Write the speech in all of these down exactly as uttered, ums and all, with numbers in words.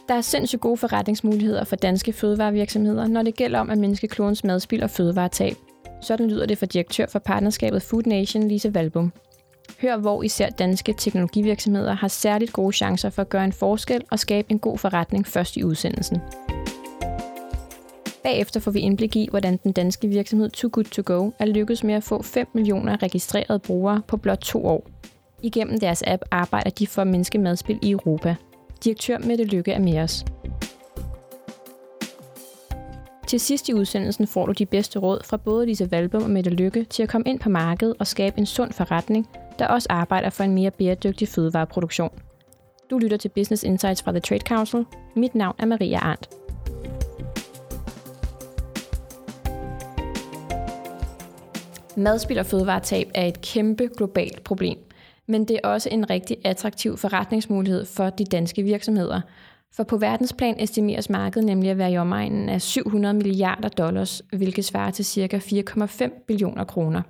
Der er sindssygt gode forretningsmuligheder for danske fødevarevirksomheder, når det gælder om at mindske klodens madspild og fødevaretab. Sådan lyder det for direktør for partnerskabet Food Nation, Lise Valbom. Hør, hvor især danske teknologivirksomheder har særligt gode chancer for at gøre en forskel og skabe en god forretning først i udsendelsen. Bagefter får vi indblik i, hvordan den danske virksomhed Too Good To Go er lykkedes med at få fem millioner registrerede brugere på blot to år. Igennem deres app arbejder de for at mindske madspild i Europa. Direktør Mette Lykke er med os. Til sidst i udsendelsen får du de bedste råd fra både Lise Valbom og Mette Lykke til at komme ind på markedet og skabe en sund forretning, der også arbejder for en mere bæredygtig fødevareproduktion. Du lytter til Business Insights fra The Trade Council. Mit navn er Maria Arndt. Madspild og fødevaretab er et kæmpe globalt problem, men det er også en rigtig attraktiv forretningsmulighed for de danske virksomheder. For på verdensplan estimeres markedet nemlig at være i omegnen af syv hundrede milliarder dollars, hvilket svarer til ca. fire komma fem billioner kroner.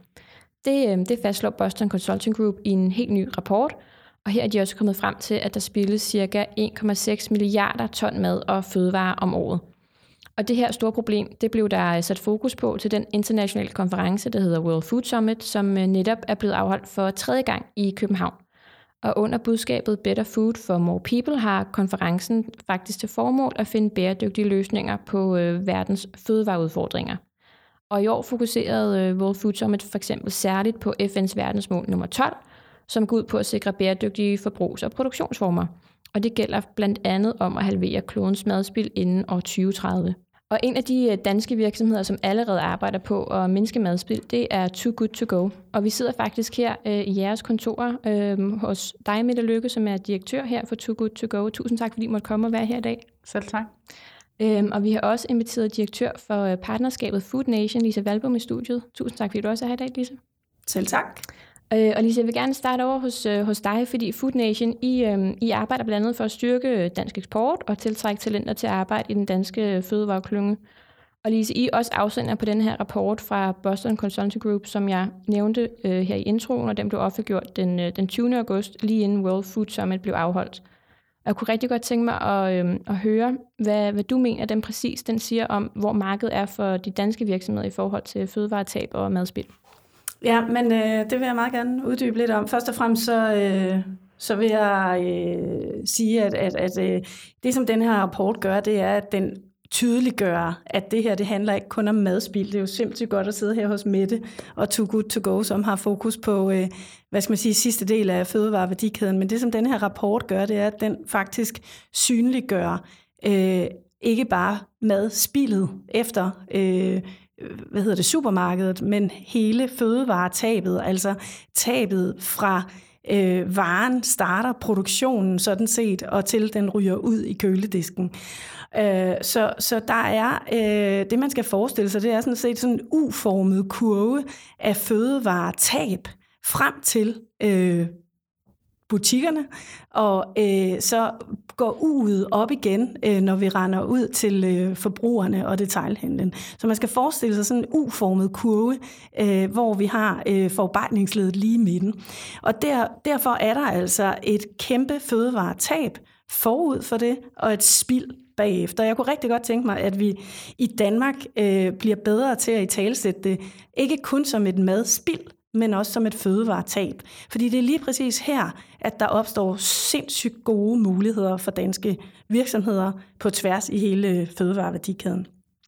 Det, det fastslår Boston Consulting Group i en helt ny rapport, og her er de også kommet frem til, at der spildes ca. en komma seks milliarder ton mad og fødevarer om året. Og det her store problem, det blev der sat fokus på til den internationale konference, der hedder World Food Summit, som netop er blevet afholdt for tredje gang i København. Og under budskabet Better Food for More People har konferencen faktisk til formål at finde bæredygtige løsninger på øh, verdens fødevareudfordringer. Og i år fokuserede øh, World Food Summit for eksempel særligt på F N's verdensmål nummer tolv, som går ud på at sikre bæredygtige forbrugs- og produktionsformer. Og det gælder blandt andet om at halvere klodens madspild inden år tyve tredive. Og en af de danske virksomheder, som allerede arbejder på at mindske madspild, det er Too Good To Go. Og vi sidder faktisk her øh, i jeres kontor øh, hos dig, Mette Lykke, som er direktør her for Too Good To Go. Tusind tak, fordi I måtte komme og være her i dag. Selv tak. Øhm, og vi har også inviteret direktør for partnerskabet Food Nation, Lise Valbom, i studiet. Tusind tak, fordi du også er her i dag, Lise. Selv tak. Øh, og Lise, jeg vil gerne starte over hos, øh, hos dig, fordi Food Nation, I, øh, I arbejder blandt andet for at styrke dansk eksport og tiltrække talenter til at arbejde i den danske fødevareklynge. Og Lise, I er også afsender på den her rapport fra Boston Consulting Group, som jeg nævnte øh, her i introen, og den blev offentliggjort den, øh, den tyvende august, lige inden World Food Summit blev afholdt. Og jeg kunne rigtig godt tænke mig at, øh, at høre, hvad, hvad du mener, den præcis den siger om, hvor markedet er for de danske virksomheder i forhold til fødevaretab og madspild. Ja, men øh, det vil jeg meget gerne uddybe lidt om. Først og fremmest så, øh, så vil jeg øh, sige, at, at, at øh, det, som den her rapport gør, det er, at den tydeliggør, at det her, det handler ikke kun om madspild. Det er jo simpelthen godt at sidde her hos Mette og Too Good To Go, som har fokus på, øh, hvad skal man sige, sidste del af fødevareværdikæden. Men det, som den her rapport gør, det er, at den faktisk synliggør øh, ikke bare madspildet efter øh, hvad hedder det, supermarkedet, men hele fødevaretabet, altså tabet fra øh, varen starter produktionen sådan set, og til den ryger ud i køledisken. Øh, så, så der er, øh, det man skal forestille sig, det er sådan set sådan en uformet kurve af fødevaretab frem til øh, butikkerne, og øh, så går uget op igen, øh, når vi render ud til øh, forbrugerne og detailhandlen. Så man skal forestille sig sådan en uformet kurve, øh, hvor vi har øh, forarbejdningsledet lige i midten. Og der, derfor er der altså et kæmpe fødevaretab forud for det, og et spild bagefter. Jeg kunne rigtig godt tænke mig, at vi i Danmark øh, bliver bedre til at italesætte det, ikke kun som et madspild, men også som et fødevaretab. Fordi det er lige præcis her, at der opstår sindssygt gode muligheder for danske virksomheder på tværs i hele fødevareværdikæden.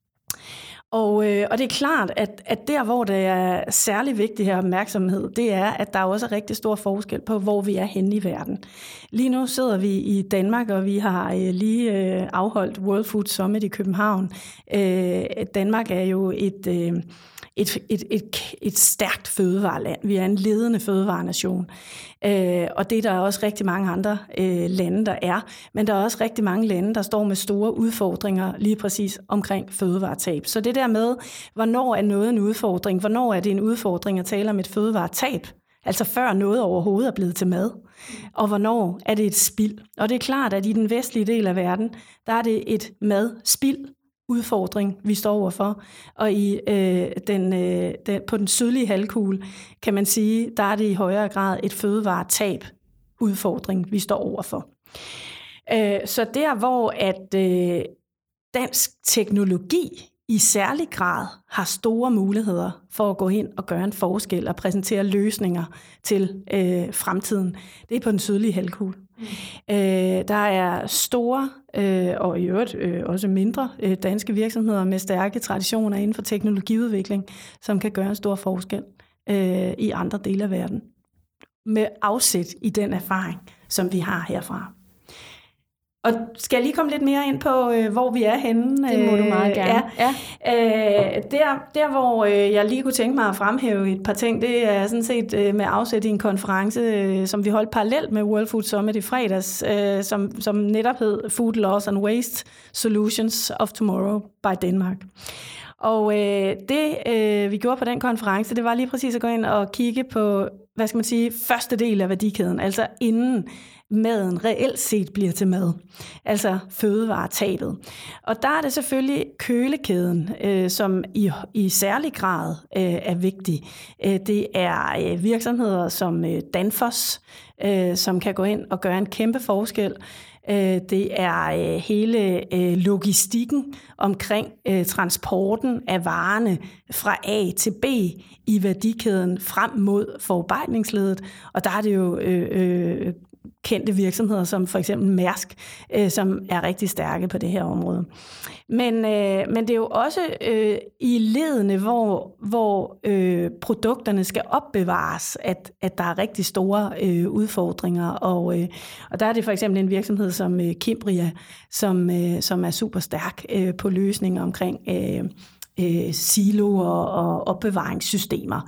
Og, øh, og det er klart, at, at der, hvor det er særlig vigtig her opmærksomhed, det er, at der også er rigtig stor forskel på, hvor vi er henne i verden. Lige nu sidder vi i Danmark, og vi har øh, lige øh, afholdt World Food Summit i København. Øh, Danmark er jo et... Øh, Et, et, et, et stærkt fødevareland. Vi er en ledende fødevarenation. Øh, og det er der også rigtig mange andre øh, lande, der er. Men der er også rigtig mange lande, der står med store udfordringer lige præcis omkring fødevaretab. Så det der med, hvornår er noget en udfordring? Hvornår er det en udfordring at tale om et fødevaretab? Altså før noget overhovedet er blevet til mad. Og hvornår er det et spild? Og det er klart, at i den vestlige del af verden, der er det et madspild, udfordring, vi står overfor. Og i, øh, den, øh, den, på den sydlige halvkugle, kan man sige, der er det i højere grad et fødevaretab udfordring, vi står overfor. Øh, så der, hvor at øh, dansk teknologi i særlig grad har store muligheder for at gå ind og gøre en forskel og præsentere løsninger til øh, fremtiden, det er på den sydlige halvkugle. Mm. Øh, der er store øh, og i øvrigt øh, også mindre øh, danske virksomheder med stærke traditioner inden for teknologiudvikling, som kan gøre en stor forskel øh, i andre dele af verden, med afsæt i den erfaring, som vi har herfra. Og skal jeg lige komme lidt mere ind på, øh, hvor vi er henne? Det må du meget gerne. Ja. Ja. Øh, der, der, hvor øh, jeg lige kunne tænke mig at fremhæve et par ting, det er sådan set øh, med afsæt i en konference, øh, som vi holdt parallelt med World Food Summit i fredags, øh, som, som netop hed Food Loss and Waste Solutions of Tomorrow by Denmark. Og øh, det, øh, vi gjorde på den konference, det var lige præcis at gå ind og kigge på, hvad skal man sige, første del af værdikæden, altså inden maden reelt set bliver til mad, altså fødevaretabet. Og der er det selvfølgelig kølekæden, øh, som i, i særlig grad øh, er vigtig. Øh, det er øh, virksomheder som øh, Danfoss, øh, som kan gå ind og gøre en kæmpe forskel. Øh, det er øh, hele øh, logistikken omkring øh, transporten af varerne fra A til B i værdikæden frem mod forarbejdningsledet. Og der er det jo øh, øh, kendte virksomheder, som for eksempel Mærsk, øh, som er rigtig stærke på det her område. Men, øh, men det er jo også øh, i ledene, hvor, hvor øh, produkterne skal opbevares, at, at der er rigtig store øh, udfordringer. Og, øh, og der er det for eksempel en virksomhed som øh, Kimbria, som, øh, som er super stærk øh, på løsninger omkring øh, øh, siloer og opbevaringssystemer.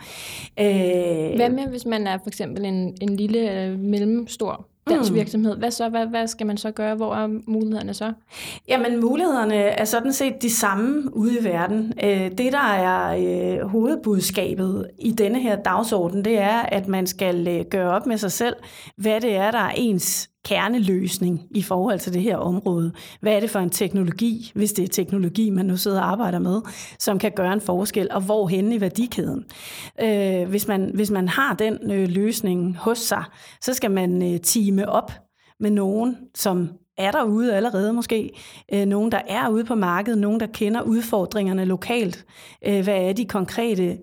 Øh, Hvad med, hvis man er for eksempel en, en lille øh, mellemstor dansk mm. virksomhed? Hvad så? Hvad, hvad skal man så gøre? Hvor er mulighederne så? Jamen, mulighederne er sådan set de samme ude i verden. Det, der er hovedbudskabet i denne her dagsorden, det er, at man skal gøre op med sig selv, hvad det er, der er ens kerneløsning i forhold til det her område. Hvad er det for en teknologi, hvis det er teknologi, man nu sidder og arbejder med, som kan gøre en forskel, og hvor henne i værdikæden. Øh, hvis, man, hvis man har den øh, løsning hos sig, så skal man øh, teame op med nogen, som er derude allerede måske, øh, nogen, der er ude på markedet, nogen, der kender udfordringerne lokalt. Øh, hvad er de konkrete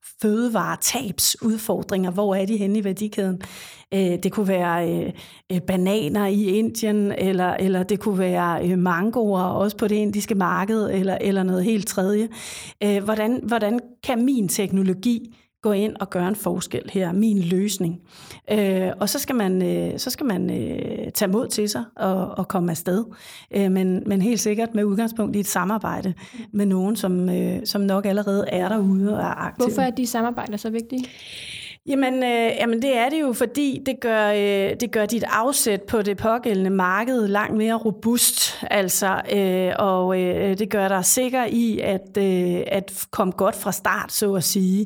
fødevaretabsudfordringer? Hvor er de henne i værdikæden? Det kunne være bananer i Indien, eller, eller det kunne være mangoer også på det indiske marked, eller, eller noget helt tredje. Hvordan, hvordan kan min teknologi gå ind og gøre en forskel her, min løsning? Og så skal man, så skal man tage mod til sig og, og komme afsted, men, men helt sikkert med udgangspunkt i et samarbejde med nogen, som, som nok allerede er derude og er aktive. Hvorfor er de samarbejder så vigtige? Jamen, øh, jamen det er det jo, fordi det gør, øh, det gør dit afsæt på det pågældende marked langt mere robust, altså, øh, og øh, det gør dig sikker i at, øh, at komme godt fra start, så at sige.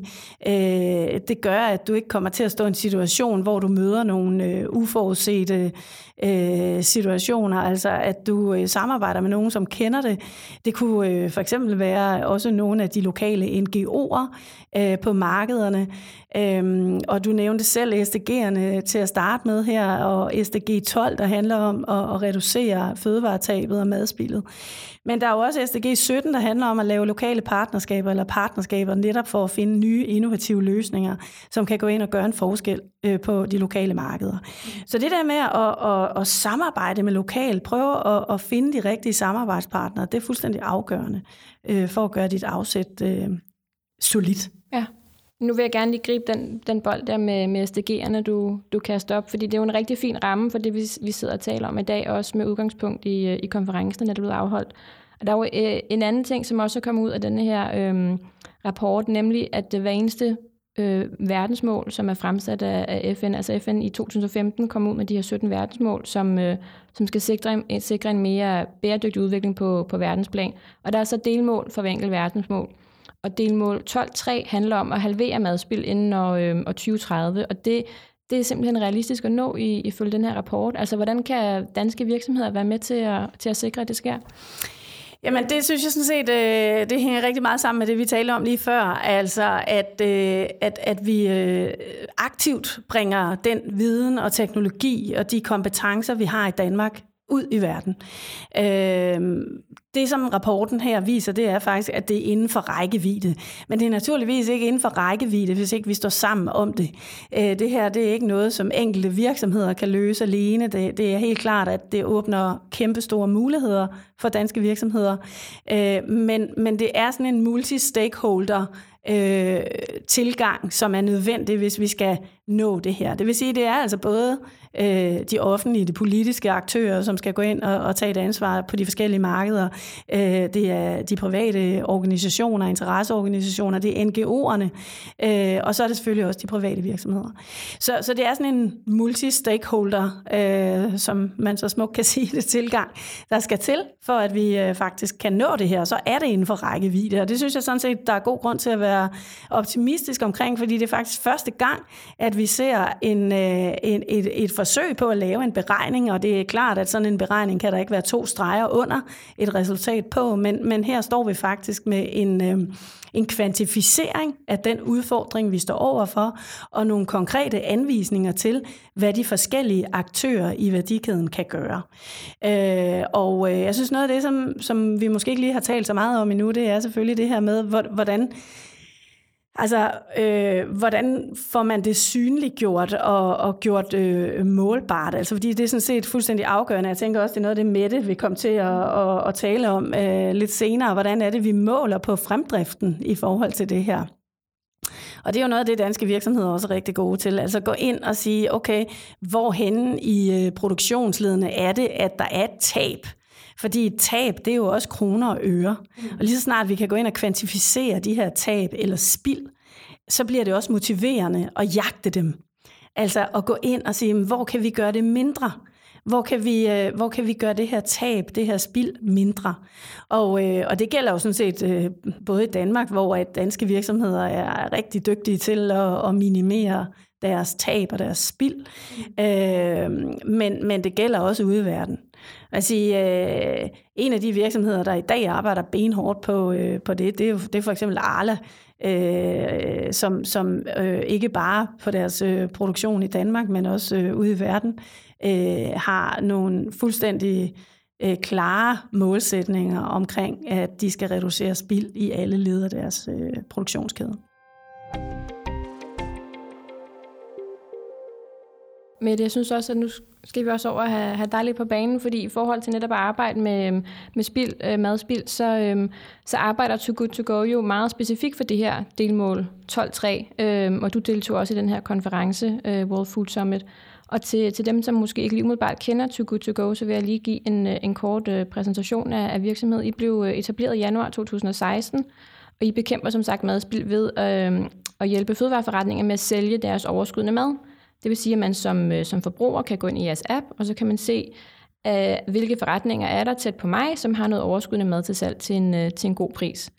Øh, det gør, at du ikke kommer til at stå i en situation, hvor du møder nogle øh, uforudsete øh, situationer, altså at du øh, samarbejder med nogen, som kender det. Det kunne øh, for eksempel være også nogle af de lokale N G O'er øh, på markederne, øh, og du nævnte selv S D G'erne til at starte med her, og S D G tolv, der handler om at, at reducere fødevaretabet og madspildet. Men der er jo også S D G sytten, der handler om at lave lokale partnerskaber, eller partnerskaber netop for at finde nye innovative løsninger, som kan gå ind og gøre en forskel øh, på de lokale markeder. Så det der med at, at, at samarbejde med lokalt, prøve at, at finde de rigtige samarbejdspartnere, det er fuldstændig afgørende øh, for at gøre dit afsæt øh, solidt. Ja. Nu vil jeg gerne lige gribe den, den bold der med, med S D G'erne, du, du kaster op, fordi det er jo en rigtig fin ramme for det, vi, vi sidder og taler om i dag, også med udgangspunkt i, i konferencen, der er blevet afholdt. Og der er jo øh, en anden ting, som også er kommet ud af denne her øh, rapport, nemlig at hver eneste øh, verdensmål, som er fremsat af, af F N, altså F N i to tusind og femten kom ud med de her sytten verdensmål, som, øh, som skal sikre, sikre en mere bæredygtig udvikling på, på verdensplan. Og der er så delmål for hver enkelt verdensmål. Og delmål tolv punkt tre handler om at halvere madspild inden år, øh, år tyve tredive, og det, det er simpelthen realistisk at nå i, ifølge den her rapport. Altså, hvordan kan danske virksomheder være med til at, til at sikre, at det sker? Jamen, det synes jeg sådan set, øh, det hænger rigtig meget sammen med det, vi talte om lige før. Altså, at, øh, at, at vi øh, aktivt bringer den viden og teknologi og de kompetencer, vi har i Danmark, ud i verden. Øh, det, som rapporten her viser, det er faktisk, at det er inden for rækkevidde. Men det er naturligvis ikke inden for rækkevidde, hvis ikke vi står sammen om det. Øh, det her, det er ikke noget, som enkelte virksomheder kan løse alene. Det, det er helt klart, at det åbner kæmpe store muligheder for danske virksomheder. Øh, men, men det er sådan en multi-stakeholder øh, tilgang, som er nødvendig, hvis vi skal nå det her. Det vil sige, det er altså både øh, de offentlige, de politiske aktører, som skal gå ind og, og tage et ansvar på de forskellige markeder. Øh, det er de private organisationer, interesseorganisationer, det er N G O'erne, øh, og så er det selvfølgelig også de private virksomheder. Så, så det er sådan en multi-stakeholder, øh, som man så smukt kan sige det, tilgang, der skal til, for at vi øh, faktisk kan nå det her. Så er det inden for rækkevidde, og det synes jeg sådan set, der er god grund til at være optimistisk omkring, fordi det er faktisk første gang, at vi ser en, en, et, et forsøg på at lave en beregning, og det er klart, at sådan en beregning kan der ikke være to streger under et resultat på, men, men her står vi faktisk med en, en kvantificering af den udfordring, vi står overfor, og nogle konkrete anvisninger til, hvad de forskellige aktører i værdikæden kan gøre. Øh, og jeg synes noget af det, som, som vi måske ikke lige har talt så meget om endnu, det er selvfølgelig det her med, hvordan Altså, øh, hvordan får man det synliggjort og, og gjort øh, målbart? Altså, fordi det er sådan set fuldstændig afgørende. Jeg tænker også, det er noget af det, Mette vil komme til at, at, at tale om øh, lidt senere. Hvordan er det, vi måler på fremdriften i forhold til det her? Og det er jo noget af det, danske virksomheder også er rigtig gode til. Altså gå ind og sige, okay, hvorhenne i øh, produktionsledene er det, at der er et tab? Fordi et tab, det er jo også kroner og øre. Og lige så snart vi kan gå ind og kvantificere de her tab eller spild, så bliver det også motiverende at jagte dem. Altså at gå ind og sige, hvor kan vi gøre det mindre? Hvor kan vi, hvor kan vi gøre det her tab, det her spild mindre? Og, og det gælder jo sådan set både i Danmark, hvor at danske virksomheder er rigtig dygtige til at, at minimere deres tab og deres spild. Mm. Øh, men, men det gælder også ude i verden. Altså, øh, en af de virksomheder, der i dag arbejder benhårdt på, øh, på det, det er, jo, det er for eksempel Arla, øh, som, som øh, ikke bare på deres øh, produktion i Danmark, men også øh, ude i verden, øh, har nogle fuldstændig øh, klare målsætninger omkring, at de skal reducere spild i alle led af deres øh, produktionskæde. Men jeg synes også, at nu skal vi også over at have, have dig lidt på banen, fordi i forhold til netop at arbejde med, med spild, madspild, så, øhm, så arbejder Too Good To Go jo meget specifikt for det her delmål tolv tre, øhm, og du deltog også i den her konference, øh, World Food Summit. Og til, til dem, som måske ikke lige umiddelbart kender Too Good To Go, så vil jeg lige give en, en kort øh, præsentation af, af virksomheden. I blev etableret i januar to tusind og seksten, og I bekæmper som sagt madspild ved øh, at hjælpe fødevareforretninger med at sælge deres overskydende mad. Det vil sige, at man som, som forbruger kan gå ind i jeres app, og så kan man se, uh, hvilke forretninger er der tæt på mig, som har noget overskydende mad til salg til en, uh, til en god pris.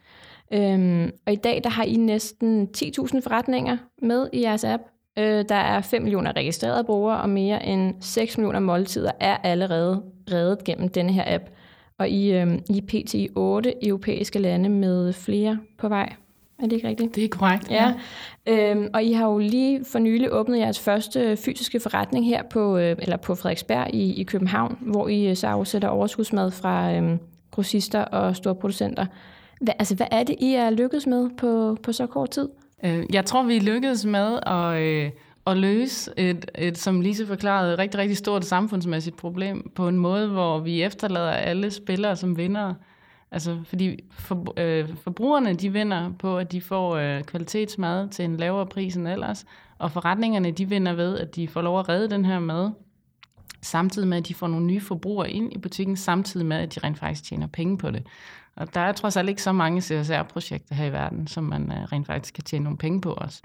Um, og i dag der har I næsten ti tusind forretninger med i jeres app. Uh, der er fem millioner registrerede brugere, og mere end seks millioner måltider er allerede reddet gennem denne her app. Og I, um, I er pt. i otte europæiske lande med flere på vej. Er det ikke rigtigt? Det er korrekt, ja. ja. Øhm, og I har jo lige for nylig åbnet jeres første fysiske forretning her på, øh, eller på Frederiksberg i, i København, hvor I så afsætter overskudsmad fra øh, grossister og store producenter. Hva, altså, hvad er det, I er lykkedes med på, på så kort tid? Jeg tror, vi er lykkedes med at, øh, at løse et, et, som Lise forklarede, et rigtig, rigtig stort samfundsmæssigt problem på en måde, hvor vi efterlader alle spillere som vindere. Altså, fordi for, øh, forbrugerne, de vinder på, at de får øh, kvalitetsmad til en lavere pris end ellers, og forretningerne, de vinder ved, at de får lov at redde den her mad, samtidig med, at de får nogle nye forbrugere ind i butikken, samtidig med, at de rent faktisk tjener penge på det. Og der er trods alt ikke så mange C S R-projekter her i verden, som man øh, rent faktisk kan tjene nogle penge på også.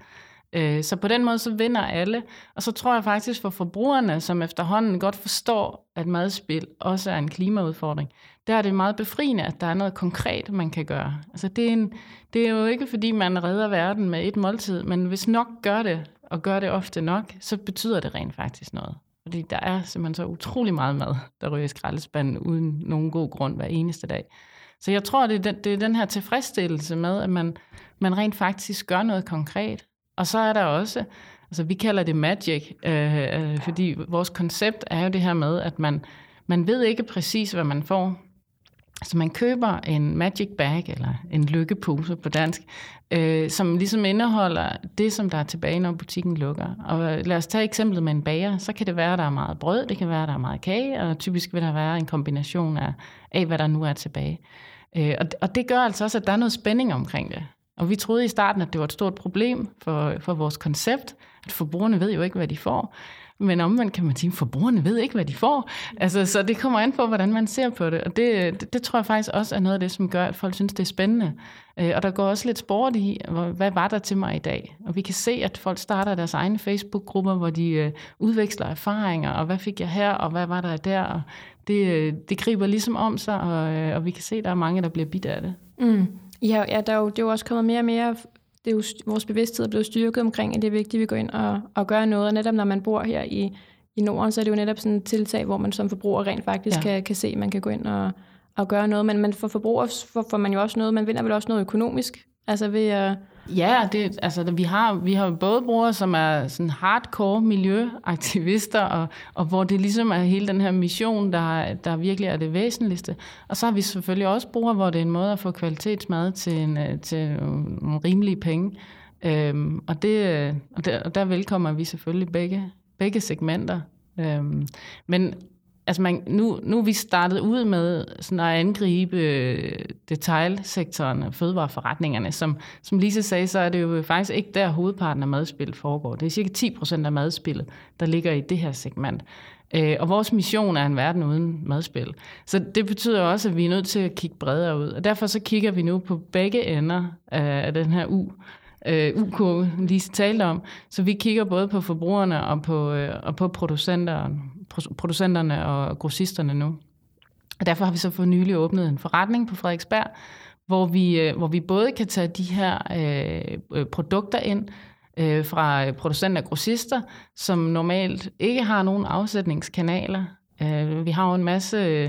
Så på den måde, så vinder alle. Og så tror jeg faktisk for forbrugerne, som efterhånden godt forstår, at madspild også er en klimaudfordring, der er det meget befriende, at der er noget konkret, man kan gøre. Altså det er, en, det er jo ikke, fordi man redder verden med et måltid, men hvis nok gør det, og gør det ofte nok, så betyder det rent faktisk noget. Fordi der er simpelthen så utrolig meget mad, der ryger i skraldespanden uden nogen god grund hver eneste dag. Så jeg tror, det er den, det er den her tilfredsstillelse med, at man, man rent faktisk gør noget konkret. Og så er der også, altså vi kalder det magic, øh, øh, fordi vores koncept er jo det her med, at man, man ved ikke præcis, hvad man får. Så man køber en magic bag, eller en lykkepose på dansk, øh, som ligesom indeholder det, som der er tilbage, når butikken lukker. Og lad os tage eksemplet med en bager. Så kan det være, at der er meget brød, det kan være, at der er meget kage, og typisk vil der være en kombination af, af hvad der nu er tilbage. Øh, og, og det gør altså også, at der er noget spænding omkring det. Og vi troede i starten, at det var et stort problem for, for vores koncept, at forbrugerne ved jo ikke, hvad de får. Men omvendt kan man sige, at forbrugerne ved ikke, hvad de får. Altså, så det kommer an på, hvordan man ser på det. Og det, det, det tror jeg faktisk også er noget af det, som gør, at folk synes, det er spændende. Og der går også lidt sport i, hvad var der til mig i dag? Og vi kan se, at folk starter deres egne Facebook-grupper, hvor de udveksler erfaringer, og hvad fik jeg her, og hvad var der der? Og det, det griber ligesom om sig, og, og vi kan se, at der er mange, der bliver bidt af det. Mm. Ja, ja, der er jo, det er jo også kommet mere og mere. Det er jo, vores bevidsthed er blevet styrket omkring, at det er vigtigt, at vi går ind og, og gør noget. Og netop når man bor her i, i Norden, så er det jo netop sådan et tiltag, hvor man som forbruger rent faktisk ja. kan, kan se, at man kan gå ind og, og gøre noget. Men, men for forbrugere får, får man jo også noget, man vinder vel også noget økonomisk. Altså ved at... Ja, det, altså, vi har vi har både brugere, som er sådan hardcore miljøaktivister, og, og hvor det ligesom er hele den her mission, der, der virkelig er det væsentligste. Og så har vi selvfølgelig også brugere, hvor det er en måde at få kvalitetsmad til, en, til nogle rimelige penge. Øhm, og, det, og, der, og der velkommer vi selvfølgelig begge, begge segmenter. Øhm, men altså man, nu, nu er vi startet ud med sådan at angribe detailsektoren og fødevareforretningerne. Som, som Lise sagde, så er det jo faktisk ikke der hovedparten af madspillet foregår. Det er cirka ti procent af madspillet, der ligger i det her segment. Og vores mission er en verden uden madspil. Så det betyder også, at vi er nødt til at kigge bredere ud. Og derfor så kigger vi nu på begge ender af den her U. U K Lise talte om. Så vi kigger både på forbrugerne og på, og på producenterne, producenterne og grossisterne nu. Og derfor har vi så for nylig åbnet en forretning på Frederiksberg, hvor vi, hvor vi både kan tage de her øh, produkter ind øh, fra producenter og grossister, som normalt ikke har nogen afsætningskanaler. Øh, vi har jo en masse... Øh,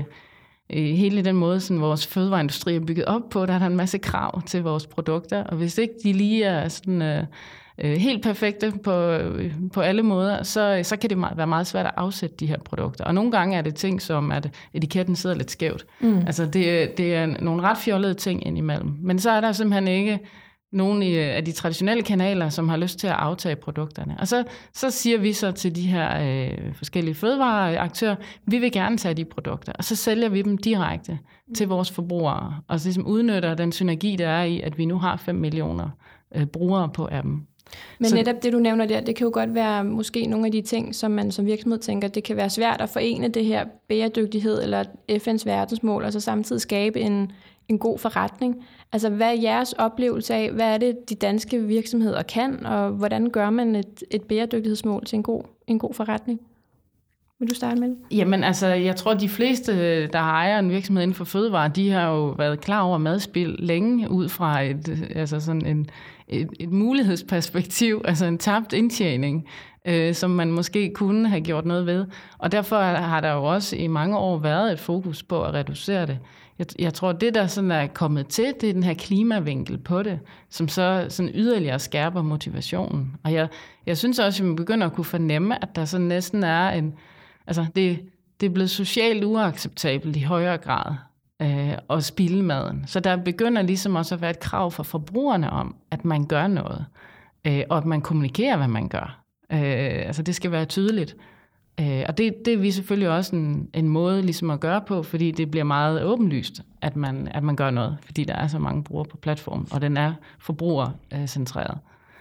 hele den måde, sådan vores fødevareindustri er bygget op på, der er der en masse krav til vores produkter, og hvis ikke de lige er sådan, øh, helt perfekte på, på alle måder, så, så kan det være meget svært at afsætte de her produkter. Og nogle gange er det ting som, at etiketten sidder lidt skævt. Mm. Altså det, det er nogle ret fjollede ting indimellem. Men så er der simpelthen ikke nogle af de traditionelle kanaler, som har lyst til at aftage produkterne. Og så, så siger vi så til de her øh, forskellige fødevareaktører, vi vil gerne tage de produkter, og så sælger vi dem direkte til vores forbrugere, og så ligesom udnytter den synergi, der er i, at vi nu har fem millioner øh, brugere på appen. Men så netop det, du nævner der, det kan jo godt være måske nogle af de ting, som man som virksomhed tænker, det kan være svært at forene det her bæredygtighed eller F N's verdensmål, og så samtidig skabe en, en god forretning. Altså, hvad er jeres oplevelse af, hvad er det, de danske virksomheder kan, og hvordan gør man et, et bæredygtighedsmål til en god, en god forretning? Vil du starte med det? Jamen, altså, jeg tror, de fleste, der ejer en virksomhed inden for fødevare, de har jo været klar over madspil længe ud fra et, altså sådan en, et, et mulighedsperspektiv, altså en tabt indtjening, øh, som man måske kunne have gjort noget ved. Og derfor har der jo også i mange år været et fokus på at reducere det. Jeg, jeg tror, det der sådan er kommet til, det er den her klimavinkel på det, som så sådan yderligere skærper motivationen. Og jeg, jeg synes også, at man begynder at kunne fornemme, at der sådan næsten er en... Altså, det, det er blevet socialt uacceptabelt i højere grad øh, at spilde maden. Så der begynder ligesom også at være et krav fra forbrugerne om, at man gør noget, øh, og at man kommunikerer, hvad man gør. Øh, altså, det skal være tydeligt. Øh, og det, det er vi selvfølgelig også en, en måde ligesom at gøre på, fordi det bliver meget åbenlyst, at man, at man gør noget, fordi der er så mange brugere på platformen, og den er forbrugercentreret.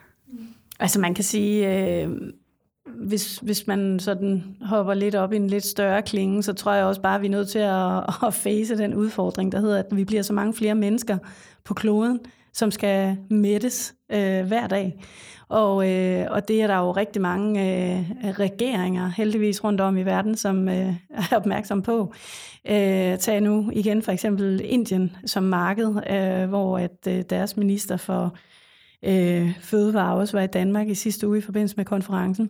Altså, man kan sige... Øh Hvis, hvis man sådan hopper lidt op i en lidt større klinge, så tror jeg også bare, at vi er nødt til at, at face den udfordring, der hedder, at vi bliver så mange flere mennesker på kloden, som skal mættes øh, hver dag. Og, øh, og det er der jo rigtig mange øh, regeringer, heldigvis rundt om i verden, som øh, er opmærksom på. Øh, tag nu igen for eksempel Indien som marked, øh, hvor at øh, deres minister for øh, fødevare også var i Danmark i sidste uge i forbindelse med konferencen.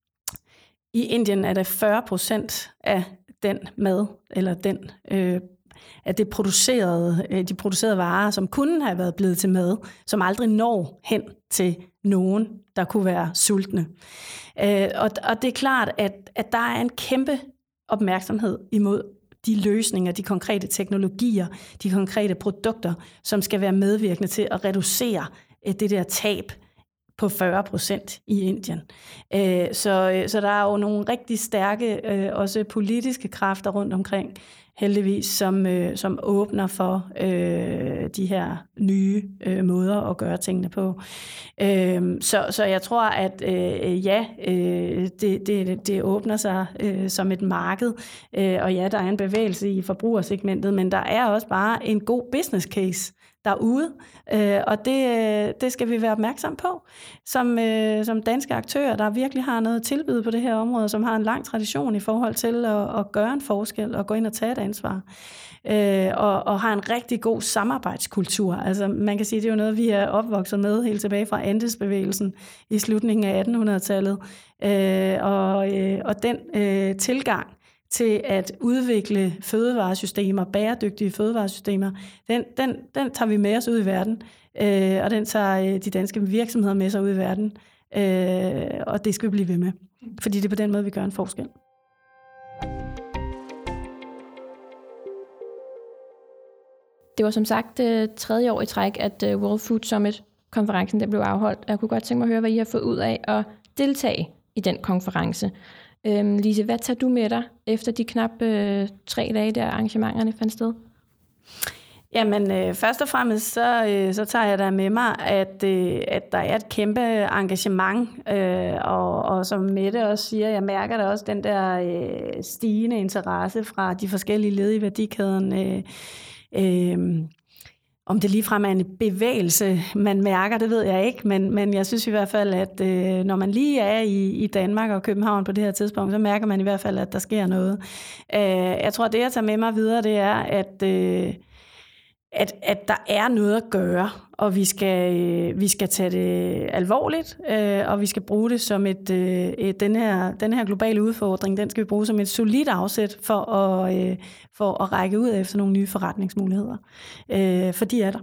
I Indien er der fyrre procent af den mad, eller den, øh, af det producerede, øh, de producerede varer, som kunne have været blevet til mad, som aldrig når hen til nogen, der kunne være sultne. Øh, og, og det er klart, at, at der er en kæmpe opmærksomhed imod de løsninger, de konkrete teknologier, de konkrete produkter, som skal være medvirkende til at reducere det der tab på fyrre procent i Indien. Så, så der er jo nogle rigtig stærke, også politiske kræfter rundt omkring, heldigvis, som, som åbner for øh, de her nye øh, måder at gøre tingene på. Øh, så, så jeg tror, at øh, ja, øh, det, det, det åbner sig øh, som et marked, øh, og ja, der er en bevægelse i forbrugersegmentet, men der er også bare en god business case derude, øh, og det, det skal vi være opmærksom på, som, øh, som danske aktører, der virkelig har noget tilbyde på det her område, som har en lang tradition i forhold til at, at gøre en forskel og gå ind og tage et ansvar, øh, og, og har en rigtig god samarbejdskultur. Altså man kan sige, det er jo noget, vi er opvokset med helt tilbage fra Andesbevægelsen i slutningen af attenhundredetallet, øh, og, øh, og den øh, tilgang til at udvikle fødevaresystemer, bæredygtige fødevaresystemer, den, den, den tager vi med os ud i verden, øh, og den tager de danske virksomheder med sig ud i verden, øh, og det skal vi blive ved med, fordi det er på den måde, vi gør en forskel. Det var som sagt tredje år i træk, at World Food Summit-konferencen der blev afholdt. Jeg kunne godt tænke mig at høre, hvad I har fået ud af at deltage i den konference. Øhm, Lise, hvad tager du med dig efter de knap øh, tre dage, der arrangementerne fandt sted? Jamen, øh, først og fremmest, så, øh, så tager jeg da med mig, at, øh, at der er et kæmpe engagement, øh, og, og som Mette også siger, jeg mærker da også den der øh, stigende interesse fra de forskellige led i værdikæden. Øh, øh, Om det ligefrem er en bevægelse, man mærker, det ved jeg ikke, men, men jeg synes i hvert fald, at øh, når man lige er i, i Danmark og København på det her tidspunkt, så mærker man i hvert fald, at der sker noget. Øh, jeg tror, det jeg tager med mig videre, det er, at, øh, at, at der er noget at gøre, og vi skal, øh, vi skal tage det alvorligt, øh, og vi skal bruge det som et, øh, et den, her, den her globale udfordring, den skal vi bruge som et solidt afsæt for at, øh, for at række ud efter nogle nye forretningsmuligheder. Øh, for de er der.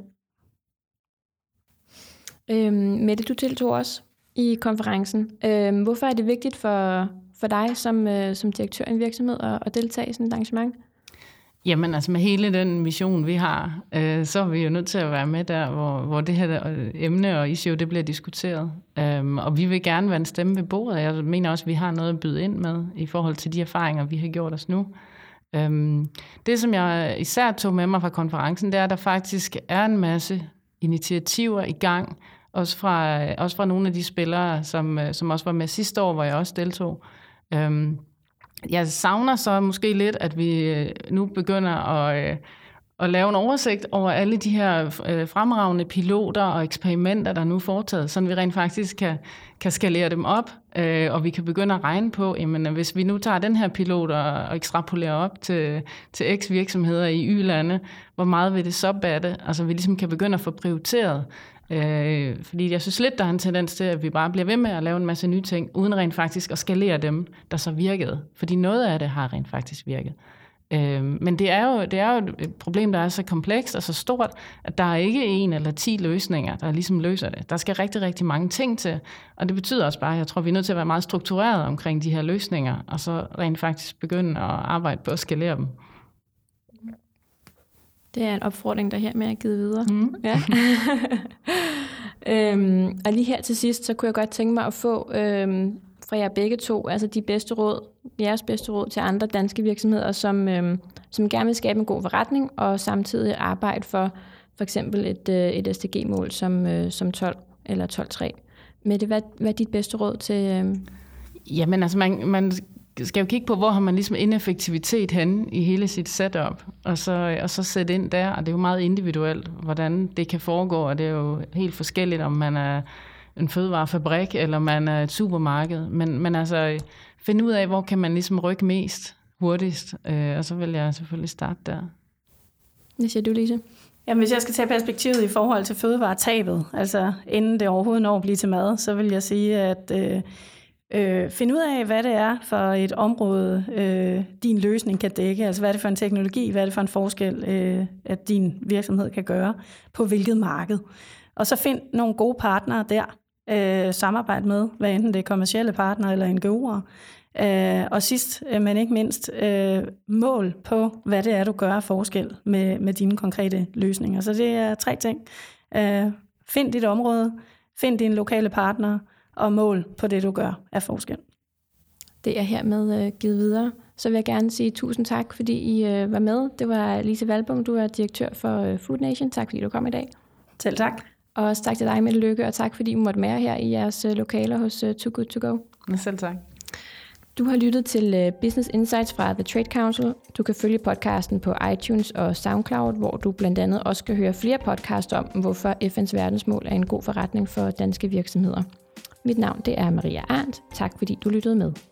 Øhm, Mette, du deltog også i konferencen. Øhm, hvorfor er det vigtigt for, for dig som, øh, som direktør i en virksomhed at, at deltage i sådan et arrangement? Jamen altså med hele den mission, vi har, øh, så er vi jo nødt til at være med der, hvor, hvor det her emne og issue, det bliver diskuteret. Um, og vi vil gerne være en stemme ved bordet. Jeg mener også, at vi har noget at byde ind med i forhold til de erfaringer, vi har gjort os nu. Um, det, som jeg især tog med mig fra konferencen, det er, at der faktisk er en masse initiativer i gang, også fra, også fra nogle af de spillere, som, som også var med sidste år, hvor jeg også deltog. Um, Jeg savner så måske lidt, at vi nu begynder at, at lave en oversigt over alle de her fremragende piloter og eksperimenter, der nu er foretaget, så vi rent faktisk kan, kan skalere dem op, og vi kan begynde at regne på, jamen, hvis vi nu tager den her pilot og ekstrapolerer op til, til X virksomheder i Y-lande, hvor meget vil det så batte? Altså vi ligesom kan begynde at få prioriteret. Øh, fordi jeg synes lidt, der er en tendens til, at vi bare bliver ved med at lave en masse nye ting, uden rent faktisk at skalere dem, der så virkede. Fordi noget af det har rent faktisk virket. Øh, men det er, jo, det er jo et problem, der er så komplekst og så stort, at der er ikke en eller ti løsninger, der ligesom løser det. Der skal rigtig, rigtig mange ting til, og det betyder også bare, at jeg tror, vi er nødt til at være meget struktureret omkring de her løsninger, og så rent faktisk begynde at arbejde på at skalere dem. Det er en opfordring, der her med at give videre. Mm. Ja. øhm, og lige her til sidst, så kunne jeg godt tænke mig at få øhm, fra jer begge to, altså de bedste råd, jeres bedste råd til andre danske virksomheder, som, øhm, som gerne vil skabe en god forretning, og samtidig arbejde for for eksempel et, øh, et S D G-mål som, øh, som tolv eller tolv tre. Mette, hvad, hvad er dit bedste råd til? Øhm? Jamen altså, man... man skal jo kigge på, hvor har man ligesom ineffektivitet henne i hele sit setup, og så, og så sætte ind der, og det er jo meget individuelt, hvordan det kan foregå, og det er jo helt forskelligt, om man er en fødevarefabrik, eller man er et supermarked, men, men altså finde ud af, hvor kan man ligesom rykke mest hurtigst, øh, og så vil jeg selvfølgelig starte der. Hvad siger du, Lise? Jamen, hvis jeg skal tage perspektivet i forhold til fødevaretabet, altså inden det overhovedet når at blive til mad, så vil jeg sige, at øh, Øh, find ud af, hvad det er for et område, øh, din løsning kan dække. Altså, hvad er det for en teknologi, hvad er det for en forskel, øh, at din virksomhed kan gøre på hvilket marked. Og så find nogle gode partnere der, øh, samarbejde med, hvad enten det er kommercielle partnere eller N G O'er, Øh, og sidst, men ikke mindst, øh, mål på, hvad det er, du gør af forskel med, med dine konkrete løsninger. Så det er tre ting. Øh, find dit område, find dine lokale partnere, og mål på det, du gør af forskel. Det er hermed øh, givet videre. Så vil jeg gerne sige tusind tak, fordi I øh, var med. Det var Lise Valbom, du er direktør for øh, Food Nation. Tak, fordi du kom i dag. Selv tak. Og også tak til dig, Mette Lykke, og tak, fordi I måtte være her i jeres øh, lokaler hos øh, Too Good To Go. Selv tak. Du har lyttet til øh, Business Insights fra The Trade Council. Du kan følge podcasten på iTunes og SoundCloud, hvor du blandt andet også kan høre flere podcasts om, hvorfor F N's verdensmål er en god forretning for danske virksomheder. Mit navn det er Maria Arndt. Tak, fordi du lyttede med.